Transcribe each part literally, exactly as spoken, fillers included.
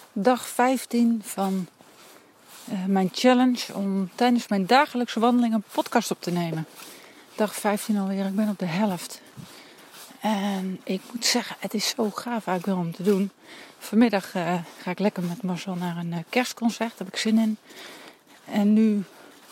dag vijftien van uh, mijn challenge om tijdens mijn dagelijkse wandeling een podcast op te nemen. Dag vijftien alweer, ik ben op de helft. En ik moet zeggen, het is zo gaaf eigenlijk wel om te doen. Vanmiddag uh, ga ik lekker met Marcel naar een uh, kerstconcert, daar heb ik zin in. En nu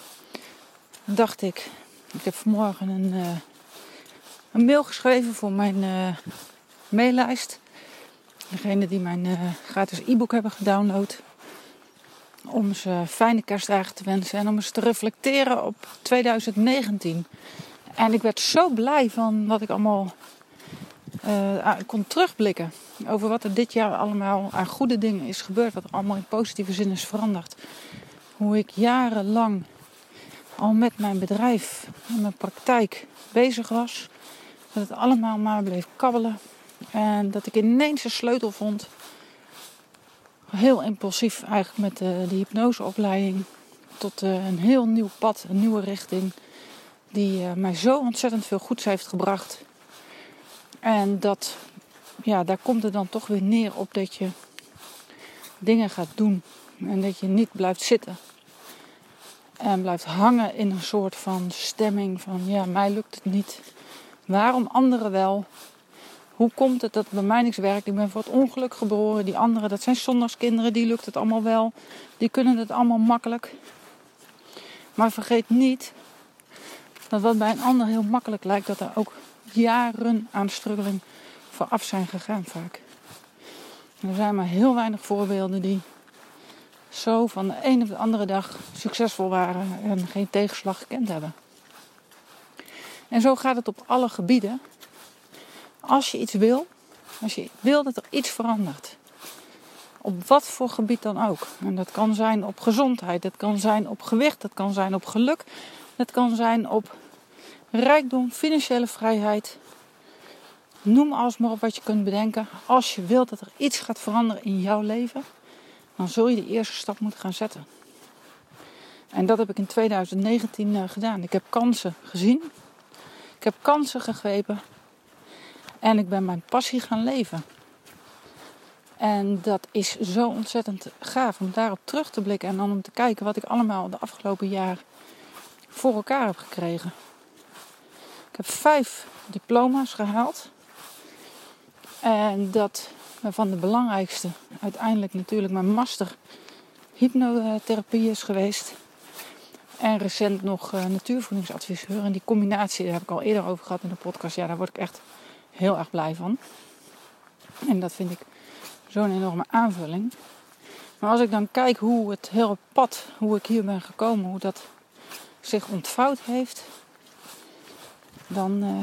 dacht ik, ik heb vanmorgen een, uh, een mail geschreven voor mijn uh, maillijst. Degene die mijn uh, gratis e-book hebben gedownload. Om ze fijne kerstdagen te wensen en om eens te reflecteren op twintig negentien. En ik werd zo blij van wat ik allemaal uh, kon terugblikken. Over wat er dit jaar allemaal aan goede dingen is gebeurd. Wat er allemaal in positieve zin is veranderd. Hoe ik jarenlang al met mijn bedrijf en mijn praktijk bezig was. Dat het allemaal maar bleef kabbelen. En dat ik ineens een sleutel vond. Heel impulsief eigenlijk met de, de hypnoseopleiding. Tot uh, een heel nieuw pad, een nieuwe richting. Die uh, mij zo ontzettend veel goeds heeft gebracht. En dat, ja, daar komt het dan toch weer neer op dat je dingen gaat doen. En dat je niet blijft zitten. En blijft hangen in een soort van stemming van, ja, mij lukt het niet. Waarom anderen wel? Hoe komt het dat bij mij niks werkt? Ik ben voor het ongeluk geboren. Die anderen, dat zijn zondagskinderen, die lukt het allemaal wel. Die kunnen het allemaal makkelijk. Maar vergeet niet dat wat bij een ander heel makkelijk lijkt, dat er ook jaren aan struggeling vooraf zijn gegaan vaak. En er zijn maar heel weinig voorbeelden die zo van de een op de andere dag succesvol waren en geen tegenslag gekend hebben. En zo gaat het op alle gebieden. Als je iets wil, als je wil dat er iets verandert. Op wat voor gebied dan ook. En dat kan zijn op gezondheid, dat kan zijn op gewicht, dat kan zijn op geluk. Dat kan zijn op rijkdom, financiële vrijheid. Noem alles maar op wat je kunt bedenken. Als je wilt dat er iets gaat veranderen in jouw leven, dan zul je de eerste stap moeten gaan zetten. En dat heb ik in twintig negentien uh, gedaan. Ik heb kansen gezien. Ik heb kansen gegrepen. En ik ben mijn passie gaan leven. En dat is zo ontzettend gaaf om daarop terug te blikken. En dan om te kijken wat ik allemaal de afgelopen jaar voor elkaar heb gekregen. Ik heb vijf diploma's gehaald. En dat van de belangrijkste uiteindelijk natuurlijk mijn master hypnotherapie is geweest. En recent nog uh, natuurvoedingsadviseur. En die combinatie, daar heb ik al eerder over gehad in de podcast. Ja, daar word ik echt heel erg blij van. En dat vind ik zo'n enorme aanvulling. Maar als ik dan kijk hoe het hele pad, hoe ik hier ben gekomen, hoe dat zich ontvouwd heeft, dan, uh,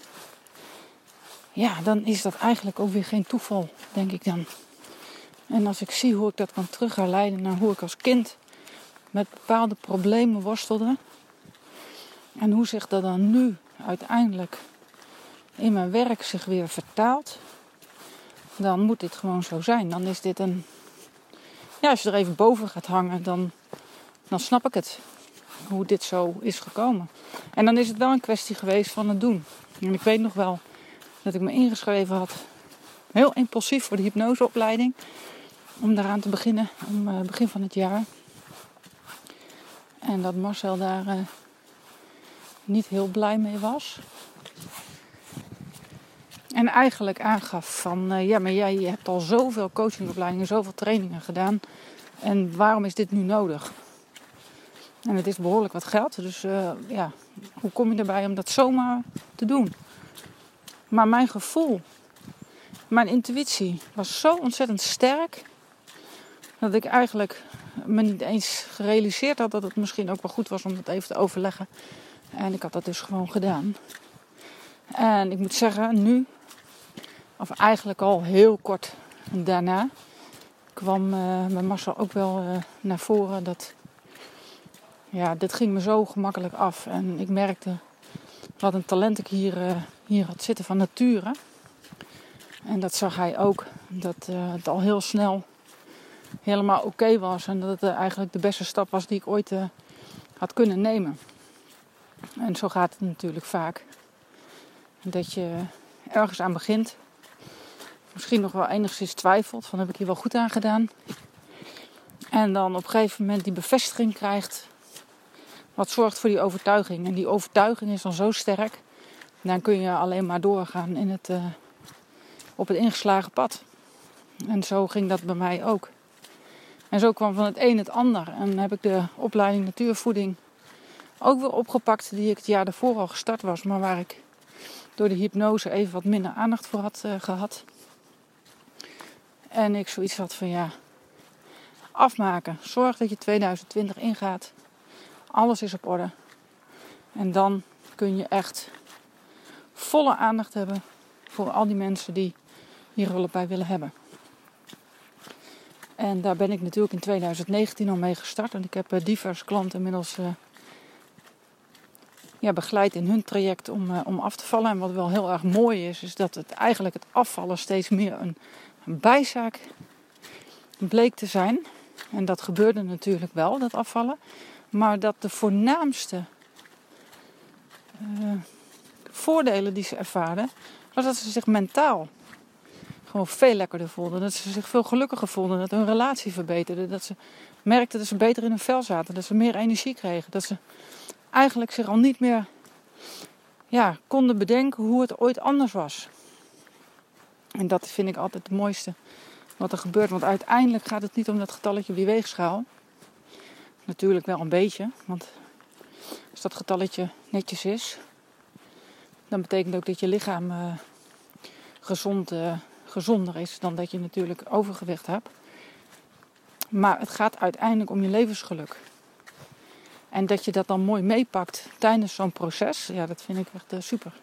ja, dan is dat eigenlijk ook weer geen toeval, denk ik dan. En als ik zie hoe ik dat kan terug gaan leiden naar hoe ik als kind met bepaalde problemen worstelde. En hoe zich dat dan nu uiteindelijk in mijn werk zich weer vertaalt. Dan moet dit gewoon zo zijn. Dan is dit een... Ja, als je er even boven gaat hangen, dan, dan snap ik het. Hoe dit zo is gekomen. En dan is het wel een kwestie geweest van het doen. En ik weet nog wel dat ik me ingeschreven had. Heel impulsief voor de hypnoseopleiding. Om daaraan te beginnen. Om uh, begin van het jaar. En dat Marcel daar uh, niet heel blij mee was. En eigenlijk aangaf van, uh, ja, maar jij je hebt al zoveel coachingopleidingen, zoveel trainingen gedaan. En waarom is dit nu nodig? En het is behoorlijk wat geld, dus uh, ja, hoe kom je erbij om dat zomaar te doen? Maar mijn gevoel, mijn intuïtie was zo ontzettend sterk, dat ik eigenlijk me niet eens gerealiseerd had dat het misschien ook wel goed was om dat even te overleggen. En ik had dat dus gewoon gedaan. En ik moet zeggen, nu, of eigenlijk al heel kort daarna, kwam uh, bij Marcel ook wel uh, naar voren dat, ja, dit ging me zo gemakkelijk af. En ik merkte wat een talent ik hier, uh, hier had zitten van nature. En dat zag hij ook, dat uh, het al heel snel helemaal oké okay was. En dat het uh, eigenlijk de beste stap was die ik ooit uh, had kunnen nemen. En zo gaat het natuurlijk vaak. Dat je ergens aan begint. Misschien nog wel enigszins twijfelt. Van heb ik hier wel goed aan gedaan. En dan op een gegeven moment die bevestiging krijgt. Wat zorgt voor die overtuiging. En die overtuiging is dan zo sterk. Dan kun je alleen maar doorgaan in het, uh, op het ingeslagen pad. En zo ging dat bij mij ook. En zo kwam van het een het ander. En heb ik de opleiding natuurvoeding ook weer opgepakt. Die ik het jaar daarvoor al gestart was. Maar waar ik door de hypnose even wat minder aandacht voor had uh, gehad. En ik zoiets had van ja, afmaken. Zorg dat je tweeduizend twintig ingaat. Alles is op orde. En dan kun je echt volle aandacht hebben voor al die mensen die hier hulp bij willen hebben. En daar ben ik natuurlijk in tweeduizend negentien al mee gestart. En ik heb uh, diverse klanten inmiddels uh, ja, begeleid in hun traject om, uh, om af te vallen. En wat wel heel erg mooi is, is dat het eigenlijk het afvallen steeds meer een, een bijzaak bleek te zijn. En dat gebeurde natuurlijk wel, dat afvallen. Maar dat de voornaamste uh, voordelen die ze ervaren, was dat ze zich mentaal gewoon veel lekkerder voelden. Dat ze zich veel gelukkiger voelden. Dat hun relatie verbeterde. Dat ze merkten dat ze beter in hun vel zaten. Dat ze meer energie kregen. Dat ze eigenlijk zich al niet meer ja, konden bedenken hoe het ooit anders was. En dat vind ik altijd het mooiste wat er gebeurt. Want uiteindelijk gaat het niet om dat getalletje op die weegschaal. Natuurlijk wel een beetje. Want als dat getalletje netjes is, dan betekent ook dat je lichaam uh, gezond, uh, gezonder is dan dat je natuurlijk overgewicht hebt. Maar het gaat uiteindelijk om je levensgeluk. En dat je dat dan mooi meepakt tijdens zo'n proces, ja, dat vind ik echt uh, super.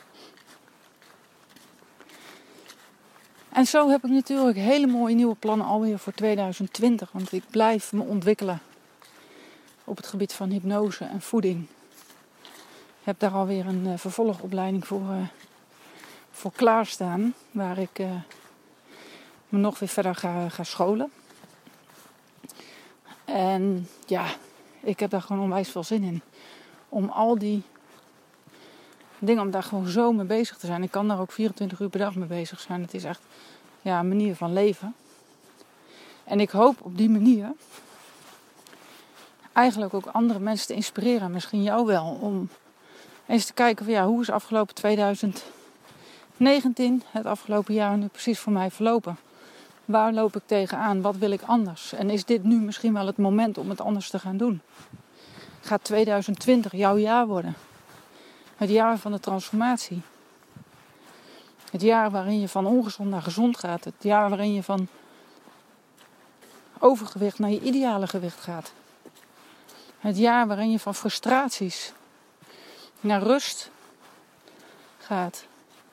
En zo heb ik natuurlijk hele mooie nieuwe plannen alweer voor tweeduizend twintig. Want ik blijf me ontwikkelen op het gebied van hypnose en voeding. Ik heb daar alweer een uh, vervolgopleiding voor, uh, voor klaarstaan. Waar ik uh, me nog weer verder ga, ga scholen. En ja, ik heb daar gewoon onwijs veel zin in. Om al die dingen, om daar gewoon zo mee bezig te zijn. Ik kan daar ook vierentwintig uur per dag mee bezig zijn. Het is echt ja, een manier van leven. En ik hoop op die manier eigenlijk ook andere mensen te inspireren. Misschien jou wel. Om eens te kijken van ja, hoe is afgelopen tweeduizend negentien, het afgelopen jaar nu precies voor mij verlopen. Waar loop ik tegenaan? Wat wil ik anders? En is dit nu misschien wel het moment om het anders te gaan doen? Gaat tweeduizend twintig jouw jaar worden? Het jaar van de transformatie. Het jaar waarin je van ongezond naar gezond gaat. Het jaar waarin je van overgewicht naar je ideale gewicht gaat. Het jaar waarin je van frustraties naar rust gaat.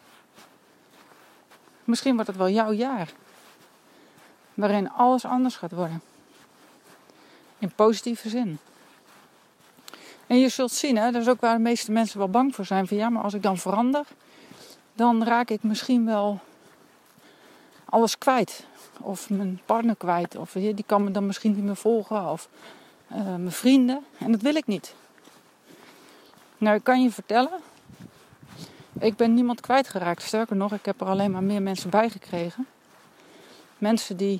Misschien wordt het wel jouw jaar. Waarin alles anders gaat worden. In positieve zin. En je zult zien, hè, dat is ook waar de meeste mensen wel bang voor zijn. Van ja, maar als ik dan verander, dan raak ik misschien wel alles kwijt. Of mijn partner kwijt. Of die kan me dan misschien niet meer volgen. Of uh, mijn vrienden. En dat wil ik niet. Nou, ik kan je vertellen. Ik ben niemand kwijtgeraakt. Sterker nog, ik heb er alleen maar meer mensen bij gekregen. Mensen die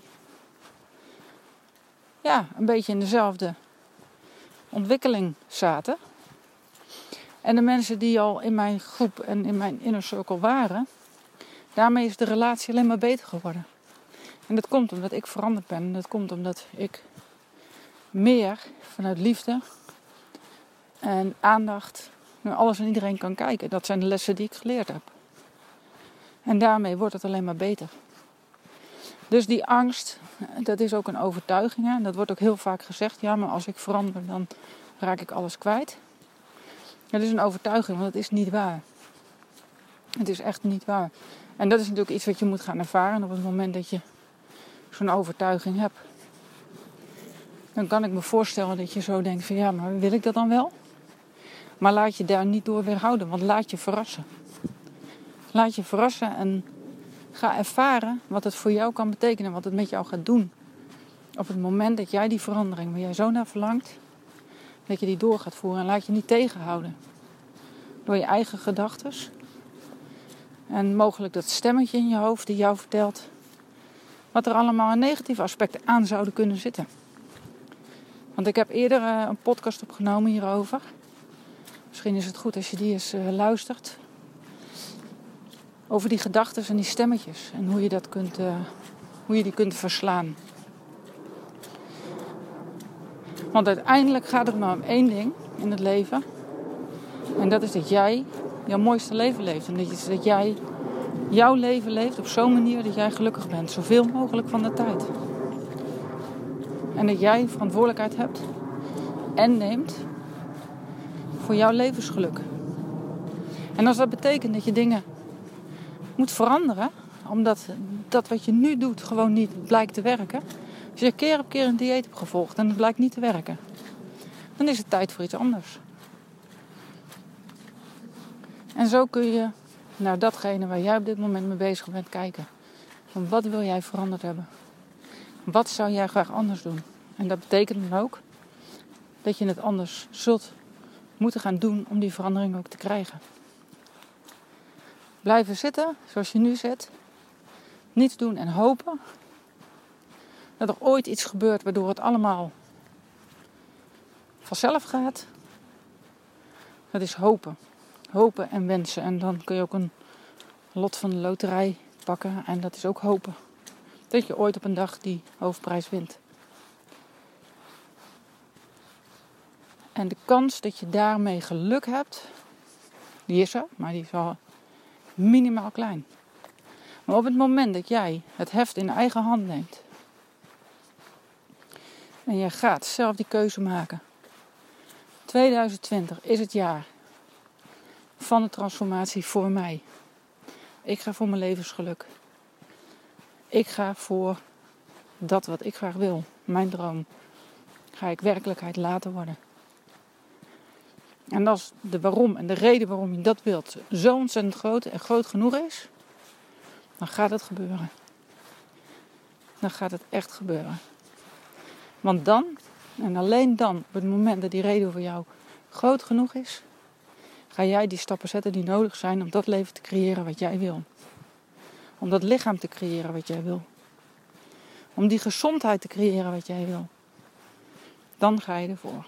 ja, een beetje in dezelfde ontwikkeling zaten. En de mensen die al in mijn groep en in mijn inner circle waren, daarmee is de relatie alleen maar beter geworden. En dat komt omdat ik veranderd ben. En dat komt omdat ik meer vanuit liefde en aandacht naar alles en iedereen kan kijken. Dat zijn de lessen die ik geleerd heb. En daarmee wordt het alleen maar beter. Dus die angst, dat is ook een overtuiging. Hè? Dat wordt ook heel vaak gezegd. Ja, maar als ik verander, dan raak ik alles kwijt. Dat is een overtuiging, want het is niet waar. Het is echt niet waar. En dat is natuurlijk iets wat je moet gaan ervaren op het moment dat je zo'n overtuiging hebt. Dan kan ik me voorstellen dat je zo denkt van ja, maar wil ik dat dan wel? Maar laat je daar niet door weerhouden, want laat je verrassen. Laat je verrassen en ga ervaren wat het voor jou kan betekenen, wat het met jou gaat doen. Op het moment dat jij die verandering, waar jij zo naar verlangt, dat je die door gaat voeren. En laat je niet tegenhouden door je eigen gedachten. En mogelijk dat stemmetje in je hoofd die jou vertelt wat er allemaal aan negatieve aspecten aan zouden kunnen zitten. Want ik heb eerder uh, een podcast opgenomen hierover. Misschien is het goed als je die eens uh, luistert. Over die gedachten en die stemmetjes. En hoe je, dat kunt, uh, hoe je die kunt verslaan. Want uiteindelijk gaat het maar om één ding in het leven. En dat is dat jij jouw mooiste leven leeft. En dat, je, dat jij jouw leven leeft op zo'n manier dat jij gelukkig bent. Zoveel mogelijk van de tijd. En dat jij verantwoordelijkheid hebt en neemt voor jouw levensgeluk. En als dat betekent dat je dingen moet veranderen, omdat dat wat je nu doet gewoon niet blijkt te werken. Als je keer op keer een dieet hebt gevolgd en het blijkt niet te werken, dan is het tijd voor iets anders. En zo kun je naar datgene waar jij op dit moment mee bezig bent kijken. Van wat wil jij veranderd hebben? Wat zou jij graag anders doen? En dat betekent dan ook dat je het anders zult moeten gaan doen om die verandering ook te krijgen. Blijven zitten zoals je nu zit. Niets doen en hopen dat er ooit iets gebeurt waardoor het allemaal vanzelf gaat. Dat is hopen. Hopen en wensen. En dan kun je ook een lot van de loterij pakken. En dat is ook hopen. Dat je ooit op een dag die hoofdprijs wint. En de kans dat je daarmee geluk hebt, die is er, maar die is wel minimaal klein. Maar op het moment dat jij het heft in eigen hand neemt en je gaat zelf die keuze maken. tweeduizend twintig is het jaar van de transformatie voor mij. Ik ga voor mijn levensgeluk. Ik ga voor dat wat ik graag wil, mijn droom, ga ik werkelijkheid laten worden. En als de waarom en de reden waarom je dat wilt zo ontzettend groot en groot genoeg is, dan gaat het gebeuren. Dan gaat het echt gebeuren. Want dan, en alleen dan, op het moment dat die reden voor jou groot genoeg is, ga jij die stappen zetten die nodig zijn om dat leven te creëren wat jij wil. Om dat lichaam te creëren wat jij wil. Om die gezondheid te creëren wat jij wil. Dan ga je ervoor.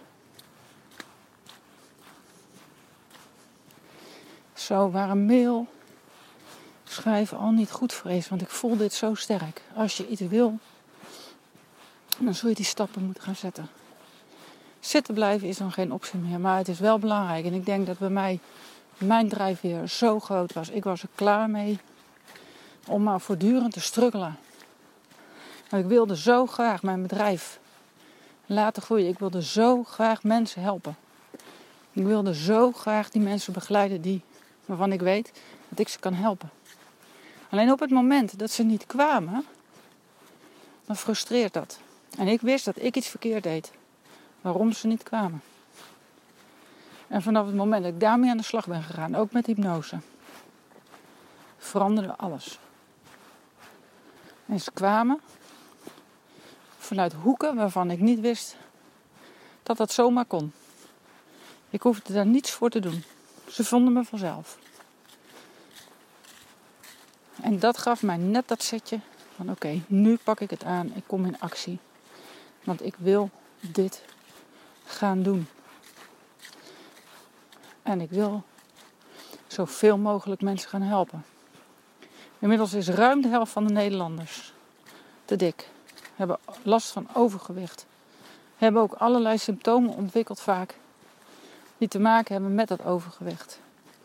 Zo, waar een mail schrijven al niet goed voor is, want ik voel dit zo sterk. Als je iets wil, dan zul je die stappen moeten gaan zetten. Zitten blijven is dan geen optie meer, maar het is wel belangrijk. En ik denk dat bij mij mijn drijfveer zo groot was. Ik was er klaar mee om maar voortdurend te struggelen. Want ik wilde zo graag mijn bedrijf laten groeien. Ik wilde zo graag mensen helpen. Ik wilde zo graag die mensen begeleiden die, waarvan ik weet dat ik ze kan helpen. Alleen op het moment dat ze niet kwamen, dan frustreert dat. En ik wist dat ik iets verkeerd deed. Waarom ze niet kwamen. En vanaf het moment dat ik daarmee aan de slag ben gegaan, ook met hypnose, veranderde alles. En ze kwamen vanuit hoeken waarvan ik niet wist dat dat zomaar kon. Ik hoefde daar niets voor te doen. Ze vonden me vanzelf. En dat gaf mij net dat setje van oké, okay, nu pak ik het aan. Ik kom in actie. Want ik wil dit gaan doen. En ik wil zoveel mogelijk mensen gaan helpen. Inmiddels is ruim de helft van de Nederlanders te dik. Hebben last van overgewicht. Hebben ook allerlei symptomen ontwikkeld vaak. Die te maken hebben met dat overgewicht.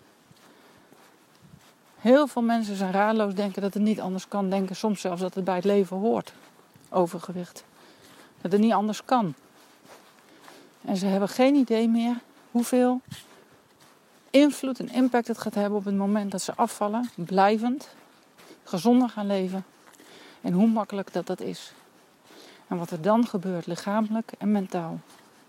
Heel veel mensen zijn raadloos, denken dat het niet anders kan. Denken soms zelfs dat het bij het leven hoort. Overgewicht. Dat het niet anders kan. En ze hebben geen idee meer hoeveel invloed en impact het gaat hebben op het moment dat ze afvallen. Blijvend. Gezonder gaan leven. En hoe makkelijk dat dat is. En wat er dan gebeurt, lichamelijk en mentaal.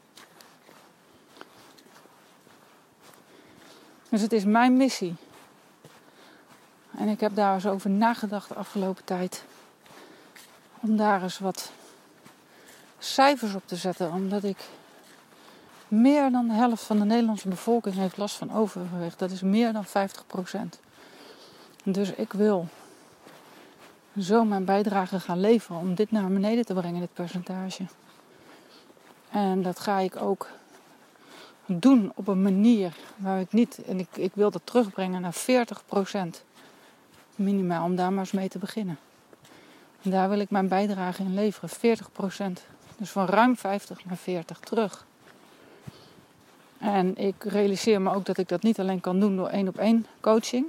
Dus het is mijn missie. En ik heb daar eens over nagedacht de afgelopen tijd. Om daar eens wat cijfers op te zetten. Omdat ik meer dan de helft van de Nederlandse bevolking heeft last van overgewicht. Dat is meer dan vijftig procent. Dus ik wil zo mijn bijdrage gaan leveren om dit naar beneden te brengen, dit percentage. En dat ga ik ook doen op een manier waar ik niet... En ik, ik wil dat terugbrengen naar veertig procent minimaal, om daar maar eens mee te beginnen. En daar wil ik mijn bijdrage in leveren, veertig procent. Dus van ruim vijftig naar veertig terug. En ik realiseer me ook dat ik dat niet alleen kan doen door één op één coaching.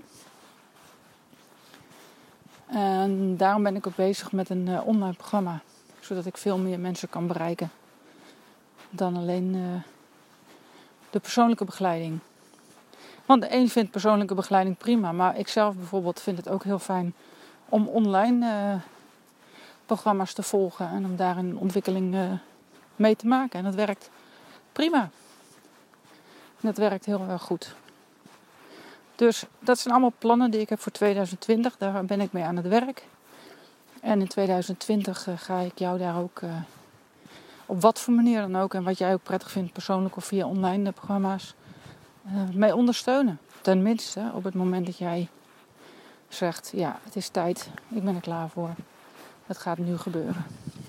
En daarom ben ik ook bezig met een uh, online programma. Zodat ik veel meer mensen kan bereiken dan alleen uh, de persoonlijke begeleiding. Want de een vindt persoonlijke begeleiding prima. Maar ik zelf bijvoorbeeld vind het ook heel fijn om online uh, programma's te volgen. En om daar een ontwikkeling uh, mee te maken. En dat werkt prima. Dat werkt heel erg goed. Dus dat zijn allemaal plannen die ik heb voor tweeduizend twintig. Daar ben ik mee aan het werk. En in tweeduizend twintig uh, ga ik jou daar ook... Uh, op wat voor manier dan ook. En wat jij ook prettig vindt, persoonlijk of via online uh, programma's. Uh, mee ondersteunen. Tenminste, op het moment dat jij zegt... Ja, het is tijd. Ik ben er klaar voor. Het gaat nu gebeuren.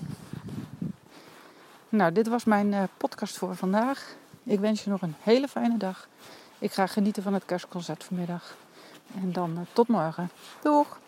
Nou, dit was mijn uh, podcast voor vandaag. Ik wens je nog een hele fijne dag. Ik ga genieten van het kerstconcert vanmiddag. En dan uh, tot morgen. Doeg!